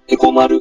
エコマル。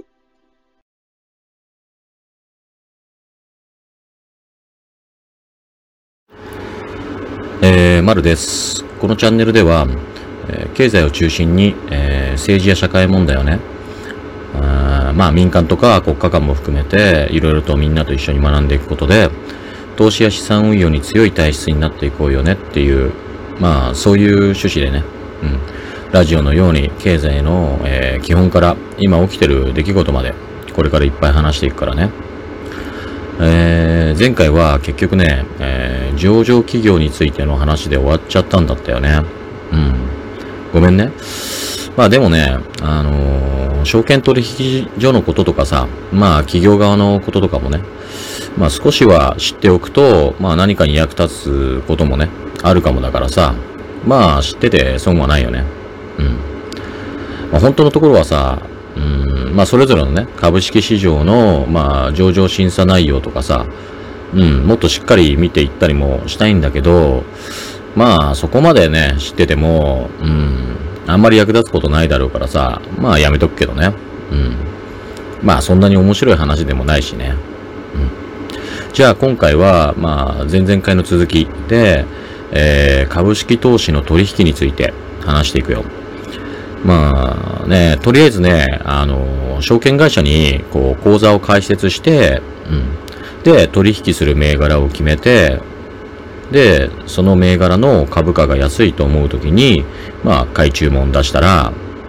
マルです。このチャンネルでは、経済を中心に、政治や社会問題をね、民間とか国家間も含めていろいろとみんなと一緒に学んでいくことで、投資や資産運用に強い体質になっていこうよねっていう、そういう趣旨でね、ラジオのように経済の、基本から今起きてる出来事までこれからいっぱい話していくからね。前回は結局ね、上場企業についての話で終わっちゃったんだったよね。ごめんね。でもね、証券取引所のこととかさ、企業側のこととかもね、少しは知っておくと、何かに役立つこともね、あるかもだからさ、知ってて損はないよね。本当のところはさ、それぞれのね、株式市場の、上場審査内容とかさ、もっとしっかり見ていったりもしたいんだけど、そこまでね、知ってても、あんまり役立つことないだろうからさ、やめとくけどね。そんなに面白い話でもないしね。じゃあ今回は、前々回の続きで、株式投資の取引について話していくよ。とりあえずね、証券会社に、口座を開設して、で、取引する銘柄を決めて、で、その銘柄の株価が安いと思うときに、買い注文出したら、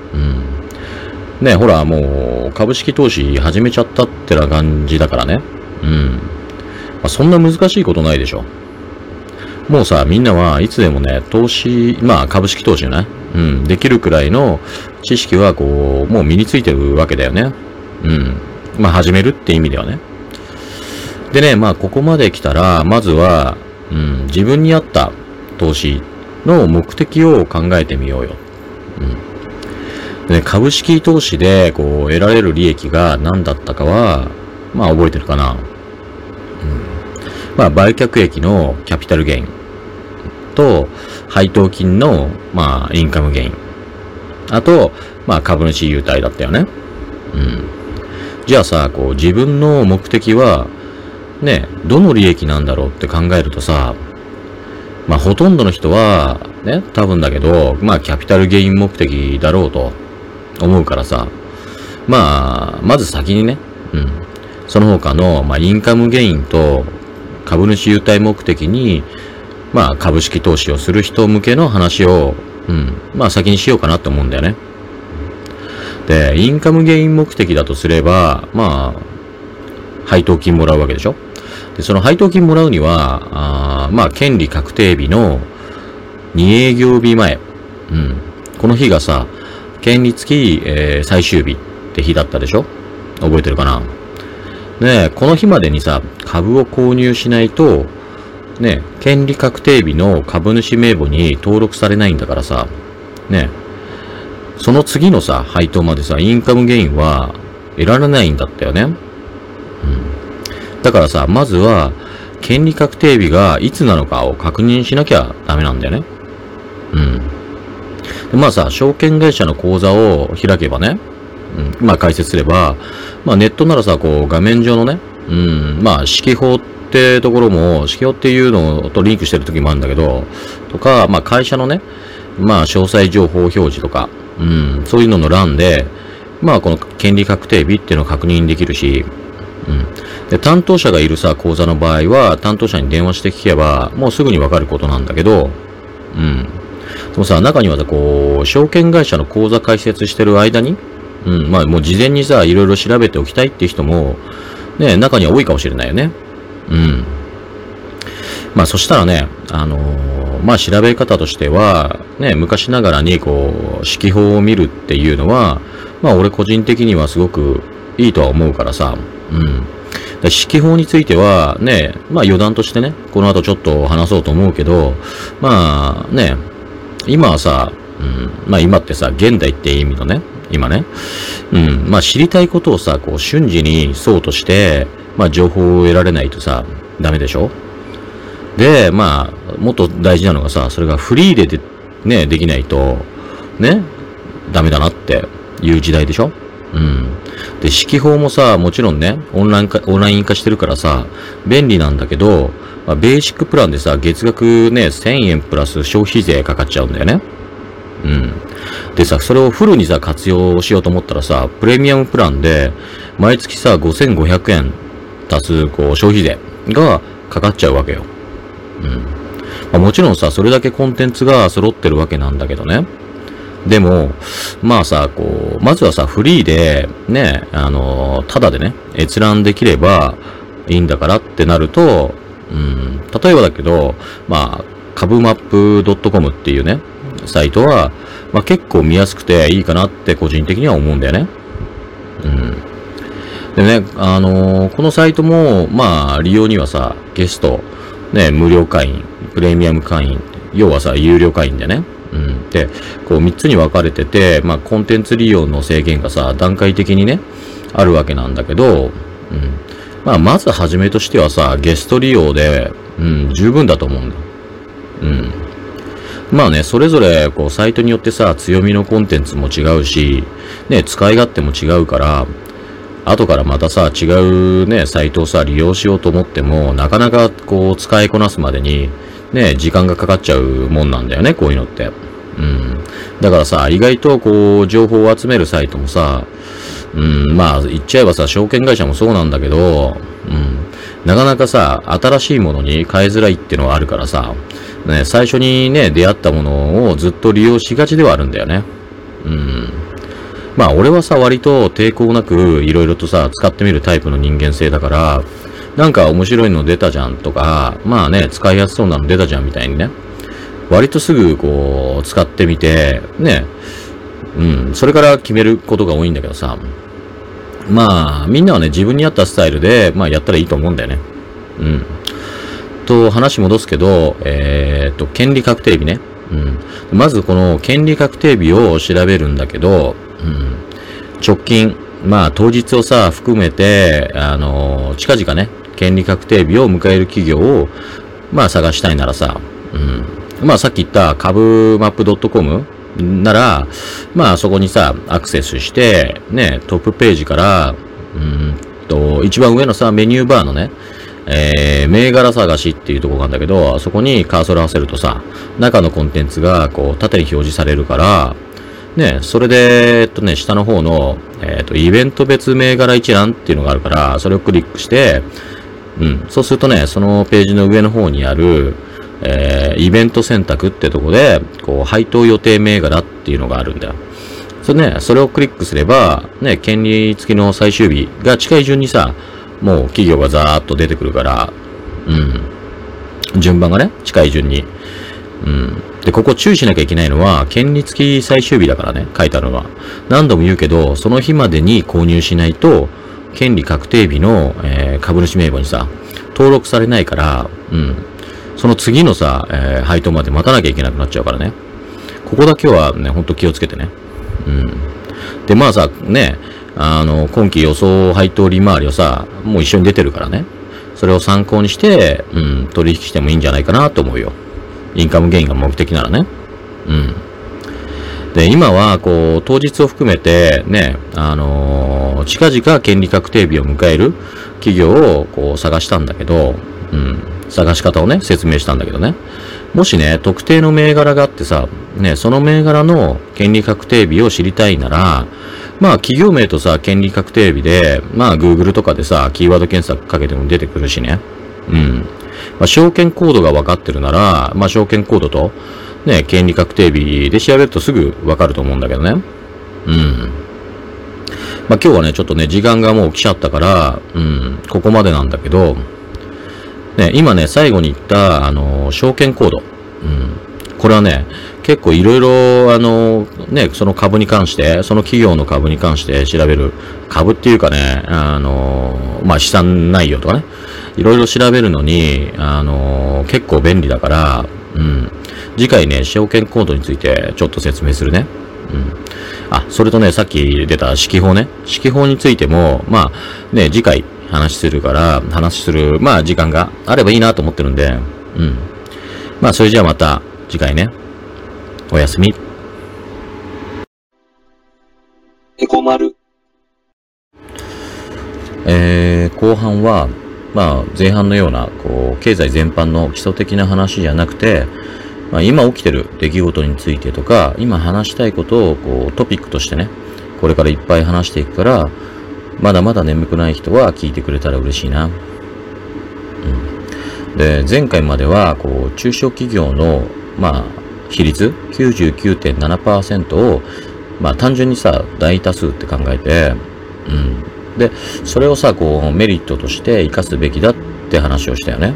ほら、もう、株式投資始めちゃったってな感じだからね。そんな難しいことないでしょ。もうさ、みんなはいつでもね、投資、株式投資ね、できるくらいの知識はもう身についてるわけだよね。始めるって意味ではね。でね、ここまで来たら、まずは、自分に合った投資の目的を考えてみようよ。で、株式投資で得られる利益が何だったかは、覚えてるかな。売却益のキャピタルゲインと、配当金の、インカムゲイン。あと、株主優待だったよね。じゃあさ、自分の目的は、ね、どの利益なんだろうって考えるとさ、ほとんどの人は、ね、多分だけど、キャピタルゲイン目的だろうと思うからさ、まず先にね、その他の、インカムゲインと株主優待目的に、株式投資をする人向けの話を、先にしようかなって思うんだよね。で、インカムゲイン目的だとすれば、配当金もらうわけでしょ。で、その配当金もらうには、権利確定日の2営業日前。この日がさ、権利付き、最終日って日だったでしょ。覚えてるかな。ね、この日までにさ、株を購入しないと、ね、権利確定日の株主名簿に登録されないんだからさ、ね、その次のさ、配当までさ、インカムゲインは得られないんだったよね。だからさ、まずは、権利確定日がいつなのかを確認しなきゃダメなんだよね。で、証券会社の口座を開けばね、開設すれば、ネットならさ、画面上のね、指揮法ってところも、指揮法っていうのとリンクしてる時もあるんだけど、とか、会社のね、詳細情報表示とか、そういうのの欄で、この権利確定日っていうのを確認できるし、で、担当者がいるさ、口座の場合は、担当者に電話して聞けば、もうすぐにわかることなんだけど、でもさ、中にはさ、証券会社の口座開設してる間に、もう事前にさ、いろいろ調べておきたいっていう人も、ね、中には多いかもしれないよね。そしたらね、調べ方としては、ね、昔ながらに、指揮法を見るっていうのは、俺個人的にはすごくいいとは思うからさ、指揮法については、ね、余談としてね、この後ちょっと話そうと思うけど、今はさ、今ってさ、現代って意味のね、今ね、知りたいことをさ、瞬時にそうとして、情報を得られないとさ、ダメでしょ。で、もっと大事なのがさ、それがフリーでね、できないと、ね、ダメだなっていう時代でしょ。 うん。で、式法もさ、もちろんね、オンライン化してるからさ、便利なんだけど、まあ、ベーシックプランでさ、月額ね、1000円プラス消費税かかっちゃうんだよね。うん。でさ、それをフルにさ、活用しようと思ったらさ、プレミアムプランで、毎月さ、5500円足す、消費税がかかっちゃうわけよ。うん。まあ、もちろんさ、それだけコンテンツが揃ってるわけなんだけどね。でも、まあさ、まずはさ、フリーで、ね、ただでね、閲覧できればいいんだからってなると、例えばだけど、まあ、株マップ .com っていうね、サイトは、まあ結構見やすくていいかなって個人的には思うんだよね。うん。でね、このサイトも、まあ、利用にはさ、ゲスト、ね、無料会員、プレミアム会員、要はさ、有料会員でね。うん。で、3つに分かれてて、まあ、コンテンツ利用の制限がさ、段階的にね、あるわけなんだけど、まあ、まずはじめとしてはさ、ゲスト利用で、十分だと思うんだ。まあね、それぞれ、サイトによってさ、強みのコンテンツも違うし、ね、使い勝手も違うから、後からまたさ、違うね、サイトをさ、利用しようと思っても、なかなか使いこなすまでに、ね、時間がかかっちゃうもんなんだよね、こういうのって。だからさ、意外と情報を集めるサイトもさ、まあ、言っちゃえばさ、証券会社もそうなんだけど、なかなかさ、新しいものに変えづらいっていうのはあるからさ、ね、最初にね、出会ったものをずっと利用しがちではあるんだよね。まあ、俺はさ、割と抵抗なく、いろいろとさ、使ってみるタイプの人間性だから、なんか面白いの出たじゃんとか、まあね、使いやすそうなの出たじゃんみたいにね、割とすぐ使ってみて、ね、それから決めることが多いんだけどさ、まあ、みんなはね、自分に合ったスタイルで、まあ、やったらいいと思うんだよね。話戻すけど、権利確定日ね。まずこの権利確定日を調べるんだけど、直近、まあ当日をさ、含めて、近々ね、権利確定日を迎える企業を、まあ探したいならさ、まあさっき言った株マップ .com なら、まあそこにさ、アクセスして、ね、トップページから、一番上のさ、メニューバーのね、銘柄探しっていうところがあるんだけど、そこにカーソル合わせるとさ、中のコンテンツが縦に表示されるから、ね、それで、下の方の、イベント別銘柄一覧っていうのがあるから、それをクリックして、そうするとね、そのページの上の方にある、イベント選択ってとこで、配当予定銘柄っていうのがあるんだよ。それをクリックすれば、ね、権利付きの最終日が近い順にさ、もう企業がザーッと出てくるから、順番がね、近い順に。で、ここ注意しなきゃいけないのは、権利付き最終日だからね、書いてあるのは。何度も言うけど、その日までに購入しないと、権利確定日の、株主名簿にさ、登録されないから、その次のさ、配当まで待たなきゃいけなくなっちゃうからね。ここだけはね、ほんと気をつけてね。で、まあさ、ね、今期予想配当利回りをさ、もう一緒に出てるからね。それを参考にして、取引してもいいんじゃないかなと思うよ。インカムゲインが目的ならね。で、今は、当日を含めて、ね、近々権利確定日を迎える企業を、探したんだけど、探し方をね、説明したんだけどね。もしね、特定の銘柄があってさ、ね、その銘柄の権利確定日を知りたいなら、まあ、企業名とさ、権利確定日で、まあ、Google とかでさ、キーワード検索かけても出てくるしね。まあ、証券コードが分かってるなら、まあ、証券コードと、ね、権利確定日で調べるとすぐ分かると思うんだけどね。まあ、今日はね、ちょっとね、時間がもう来ちゃったから、ここまでなんだけど、ね、今ね、最後に言った、証券コード。これはね、結構いろいろ、ね、その株に関して、その企業の株に関して調べる。株っていうかね、まあ、資産内容とかね。いろいろ調べるのに、結構便利だから、次回ね、証券コードについてちょっと説明するね。それとね、さっき出た式法ね。式法についても、まあ、ね、次回話する、まあ、時間があればいいなと思ってるんで、まあ、それじゃあまた次回ね。おやすみ。 エコマル後半は、まあ、前半のような、経済全般の基礎的な話じゃなくて、まあ、今起きてる出来事についてとか、今話したいことを、トピックとしてね、これからいっぱい話していくから、まだまだ眠くない人は聞いてくれたら嬉しいな。で、前回までは、中小企業の、まあ、比率 99.7% を、まあ、単純にさ、大多数って考えて、で、それをさ、メリットとして活かすべきだって話をしたよね。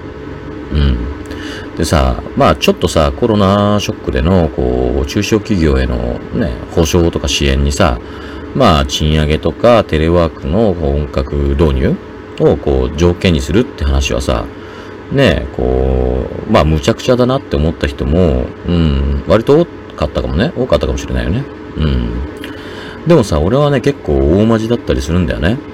でさ、まあ、ちょっとさ、コロナショックでの、中小企業へのね、保証とか支援にさ、まあ、賃上げとかテレワークの本格導入を条件にするって話はさ、ね、まあ、むちゃくちゃだなって思った人も、割と多かったかもしれないよね。でもさ、俺はね、結構大真面だったりするんだよね。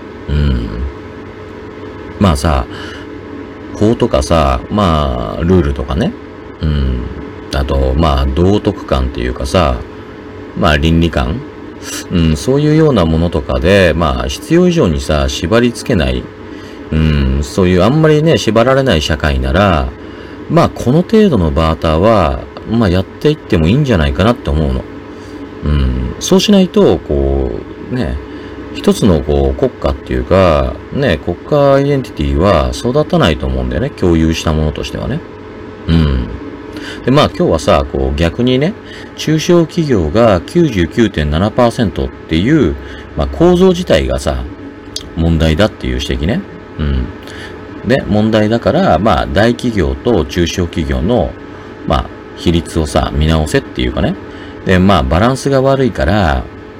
まあさ、法とかさ、まあ、ルールとかね。あと、まあ、道徳観っていうかさ、まあ、倫理観。そういうようなものとかで、まあ、必要以上にさ、縛り付けない。そういうあんまりね、縛られない社会なら、まあ、この程度のバーターは、まあ、やっていってもいいんじゃないかなって思うの。そうしないと、一つの国家っていうか、ね、国家アイデンティティは育たないと思うんだよね。共有したものとしてはね。で、まあ今日はさ、逆にね、中小企業が 99.7% っていう、まあ構造自体がさ、問題だっていう指摘ね。で、問題だから、まあ大企業と中小企業の、まあ比率をさ、見直せっていうかね。で、まあバランスが悪いから、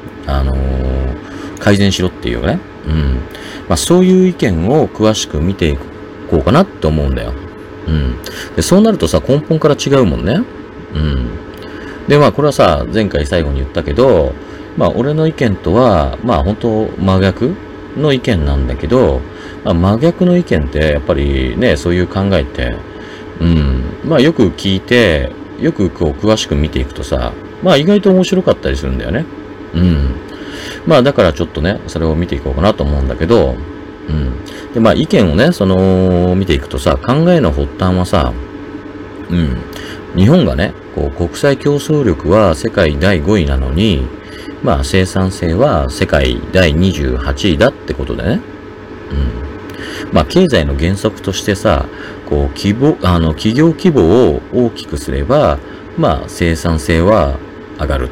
改善しろっていうかね。まあそういう意見を詳しく見ていこうかなって思うんだよ。で、そうなるとさ、根本から違うもんね。で、まあこれはさ、前回最後に言ったけど、まあ俺の意見とは、まあ本当真逆の意見なんだけど、まあ、真逆の意見ってやっぱりね、そういう考えって、まあよく聞いて、よく詳しく見ていくとさ、まあ意外と面白かったりするんだよね。まあだからちょっとね、それを見ていこうかなと思うんだけど、で、まあ意見をね、見ていくとさ、考えの発端はさ、日本がね、国際競争力は世界第5位なのに、まあ生産性は世界第28位だってことでね。まあ経済の原則としてさ、企業規模を大きくすれば、まあ生産性は上がる。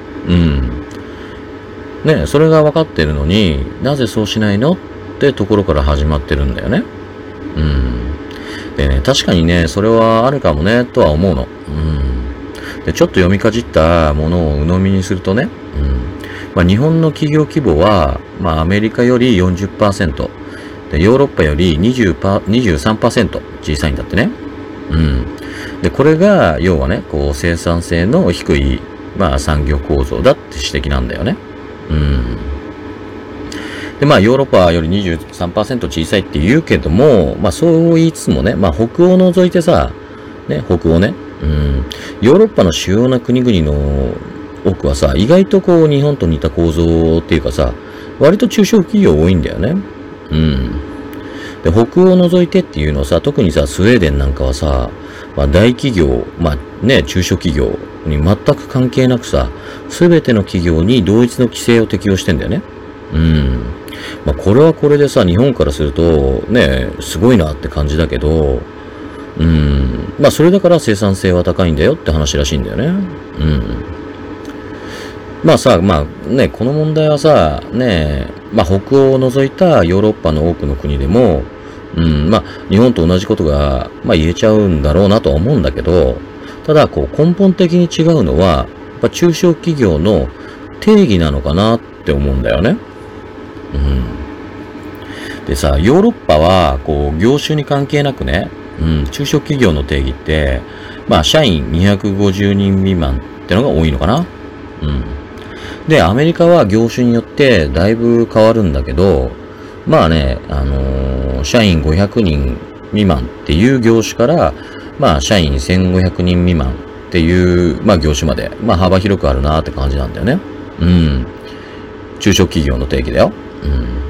ね、それが分かってるのになぜそうしないのってところから始まってるんだよね。でね、確かにね、それはあるかもね、とは思うの。で、ちょっと読みかじったものを鵜呑みにするとね、まあ、日本の企業規模は、まあ、アメリカより 40%、で、ヨーロッパより 23% 小さいんだってね。で、これが、要はね、生産性の低い、まあ、産業構造だって指摘なんだよね。で、まあ、ヨーロッパより 23% 小さいって言うけども、まあ、そう言いつつもね、まあ、北欧を除いてさ、ね、北欧ね、ヨーロッパの主要な国々の多くはさ、意外と日本と似た構造っていうかさ、割と中小企業多いんだよね。で、北欧を除いてっていうのはさ、特にさ、スウェーデンなんかはさ、まあ、大企業、まあね、中小企業に全く関係なくさ、すべての企業に同一の規制を適用してんだよね。まあ、これはこれでさ、日本からすると、ね、すごいなって感じだけど、まあ、それだから生産性は高いんだよって話らしいんだよね。まあさ、まあね、この問題はさ、ね、まあ北欧を除いたヨーロッパの多くの国でも、まあ日本と同じことが、まあ言えちゃうんだろうなとは思うんだけど、ただ根本的に違うのは、やっぱ中小企業の定義なのかなって思うんだよね。でさ、ヨーロッパは、業種に関係なくね、中小企業の定義って、まあ社員250人未満ってのが多いのかな。で、アメリカは業種によってだいぶ変わるんだけど、まあね、社員500人未満っていう業種から、まあ社員1500人未満っていう、まあ業種まで、まあ幅広くあるなって感じなんだよね。中小企業の定義だよ。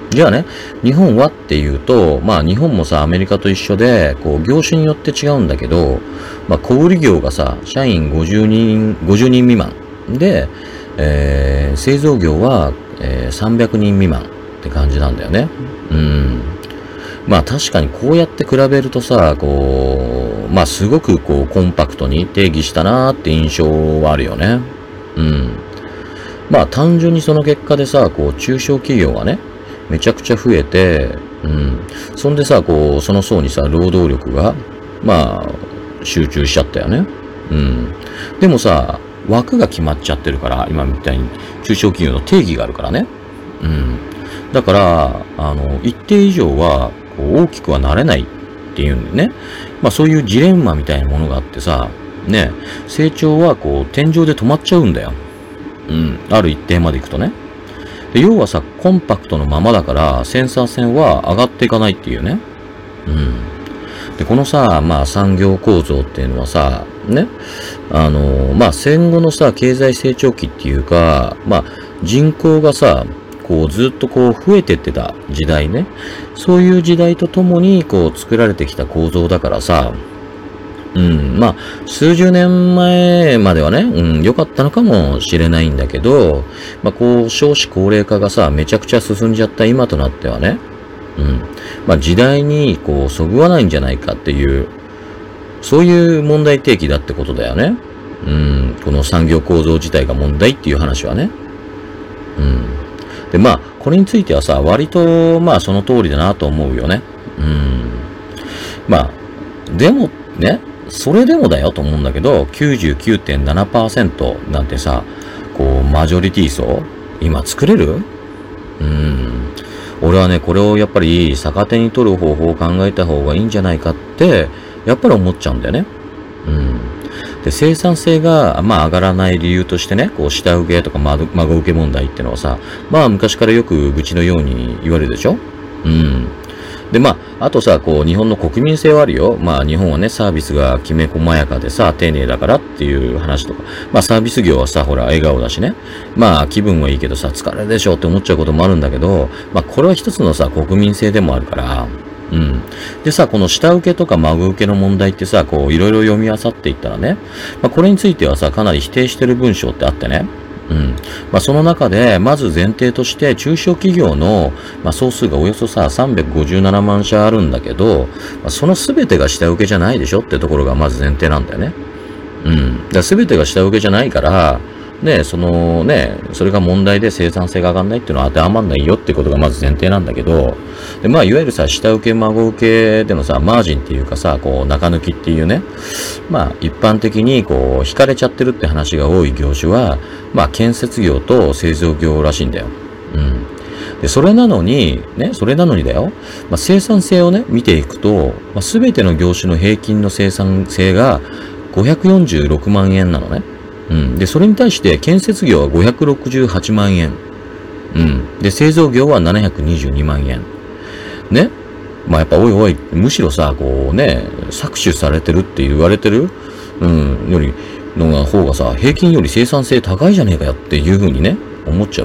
じゃあね、日本はっていうと、まあ日本もさ、アメリカと一緒で、こう、業種によって違うんだけど、まあ小売業がさ、社員50人未満で、製造業は、300人未満って感じなんだよね。まあ確かにこうやって比べるとさ、こう、まあすごくこうコンパクトに定義したなーって印象はあるよね。まあ単純にその結果でさ、こう中小企業がね、めちゃくちゃ増えて、そんでさ、こう、その層にさ、労働力が、まあ、集中しちゃったよね。でもさ、枠が決まっちゃってるから、今みたいに中小企業の定義があるからね。だから、一定以上は、こう大きくはなれないっていうんでね。まあそういうジレンマみたいなものがあってさ、ね、成長はこう天井で止まっちゃうんだよ。ある一定まで行くとね。で要はさ、コンパクトのままだから、センサー線は上がっていかないっていうね。で、このさ、まあ産業構造っていうのはさ、ね、まあ戦後のさ、経済成長期っていうか、まあ人口がさ、こうずっとこう増えてってた時代ね。そういう時代とともにこう作られてきた構造だからさ、まあ、数十年前まではね、良かったのかもしれないんだけど、まあ、こう、少子高齢化がさ、めちゃくちゃ進んじゃった今となってはね、まあ、時代に、こう、そぐわないんじゃないかっていう、そういう問題提起だってことだよね。この産業構造自体が問題っていう話はね。で、まあ、これについてはさ、割と、まあ、その通りだなと思うよね。まあ、でも、ね、それでもだよと思うんだけど、99.7% なんてさ、こう、マジョリティ層今作れる？俺はね、これをやっぱり逆手に取る方法を考えた方がいいんじゃないかって、やっぱり思っちゃうんだよね。で、生産性が、まあ上がらない理由としてね、こう、下請けとか孫請け問題ってのはさ、まあ昔からよく愚痴のように言われるでしょ？で、まあ、あとさ、こう、日本の国民性はあるよ。まあ、日本はね、サービスがきめ細やかでさ、丁寧だからっていう話とか。まあ、サービス業はさ、ほら、笑顔だしね。まあ、気分はいいけどさ、疲れるでしょって思っちゃうこともあるんだけど、まあ、これは一つのさ、国民性でもあるから、でさ、この下請けとか孫請けの問題ってさ、こう、いろいろ読み漁っていったらね、まあ、これについてはさ、かなり否定してる文章ってあってね。まあ、その中で、まず前提として、中小企業の、まあ、総数がおよそさ、357万社あるんだけど、まあ、その全てが下請けじゃないでしょってところがまず前提なんだよね。だ全てが下請けじゃないから、ね、そのね、それが問題で生産性が上がんないっていうのは当てはまんないよってことがまず前提なんだけど、で、まあ、いわゆるさ、下請け、孫請けでのさ、マージンっていうかさ、こう、中抜きっていうね、まあ、一般的にこう、引かれちゃってるって話が多い業種は、まあ、建設業と製造業らしいんだよ。で、それなのにだよ、まあ、生産性をね、見ていくと、まあ、全ての業種の平均の生産性が546万円なのね。で、それに対して建設業は568万円。で、製造業は722万円。ね。まあやっぱおいおい、むしろさ、こうね、搾取されてるって言われてる、よりの方がさ、平均より生産性高いじゃねえかよっていう風にね、思っちゃう。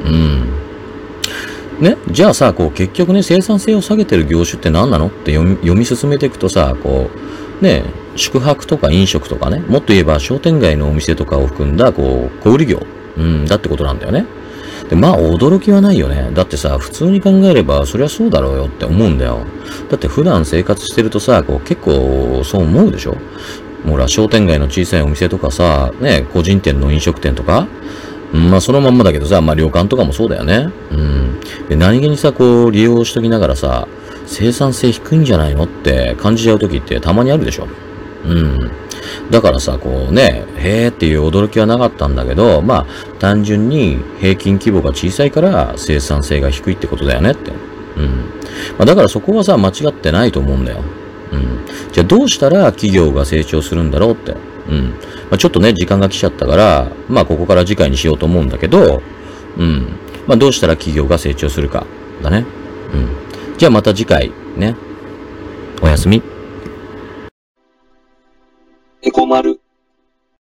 ね。じゃあさ、こう結局ね、生産性を下げてる業種って何なのって読み進めていくとさ、こう、ね、宿泊とか飲食とかね、もっと言えば商店街のお店とかを含んだ、こう、小売業、だってことなんだよね。で、まあ、驚きはないよね。だってさ、普通に考えれば、そりゃそうだろうよって思うんだよ。だって普段生活してるとさ、こう、結構、そう思うでしょ？ほら、商店街の小さいお店とかさ、ね、個人店の飲食店とか、まあ、そのまんまだけどさ、まあ、旅館とかもそうだよね。で、何気にさ、こう、利用しときながらさ、生産性低いんじゃないのって感じちゃう時ってたまにあるでしょ。だからさ、こうね、へーっていう驚きはなかったんだけど、まあ、単純に平均規模が小さいから生産性が低いってことだよねって。まあ、だからそこはさ、間違ってないと思うんだよ。じゃあどうしたら企業が成長するんだろうって。まあ、ちょっとね、時間が来ちゃったから、まあ、ここから次回にしようと思うんだけど、まあ、どうしたら企業が成長するか、だね。じゃあまた次回、ね。おやすみ。 エコマル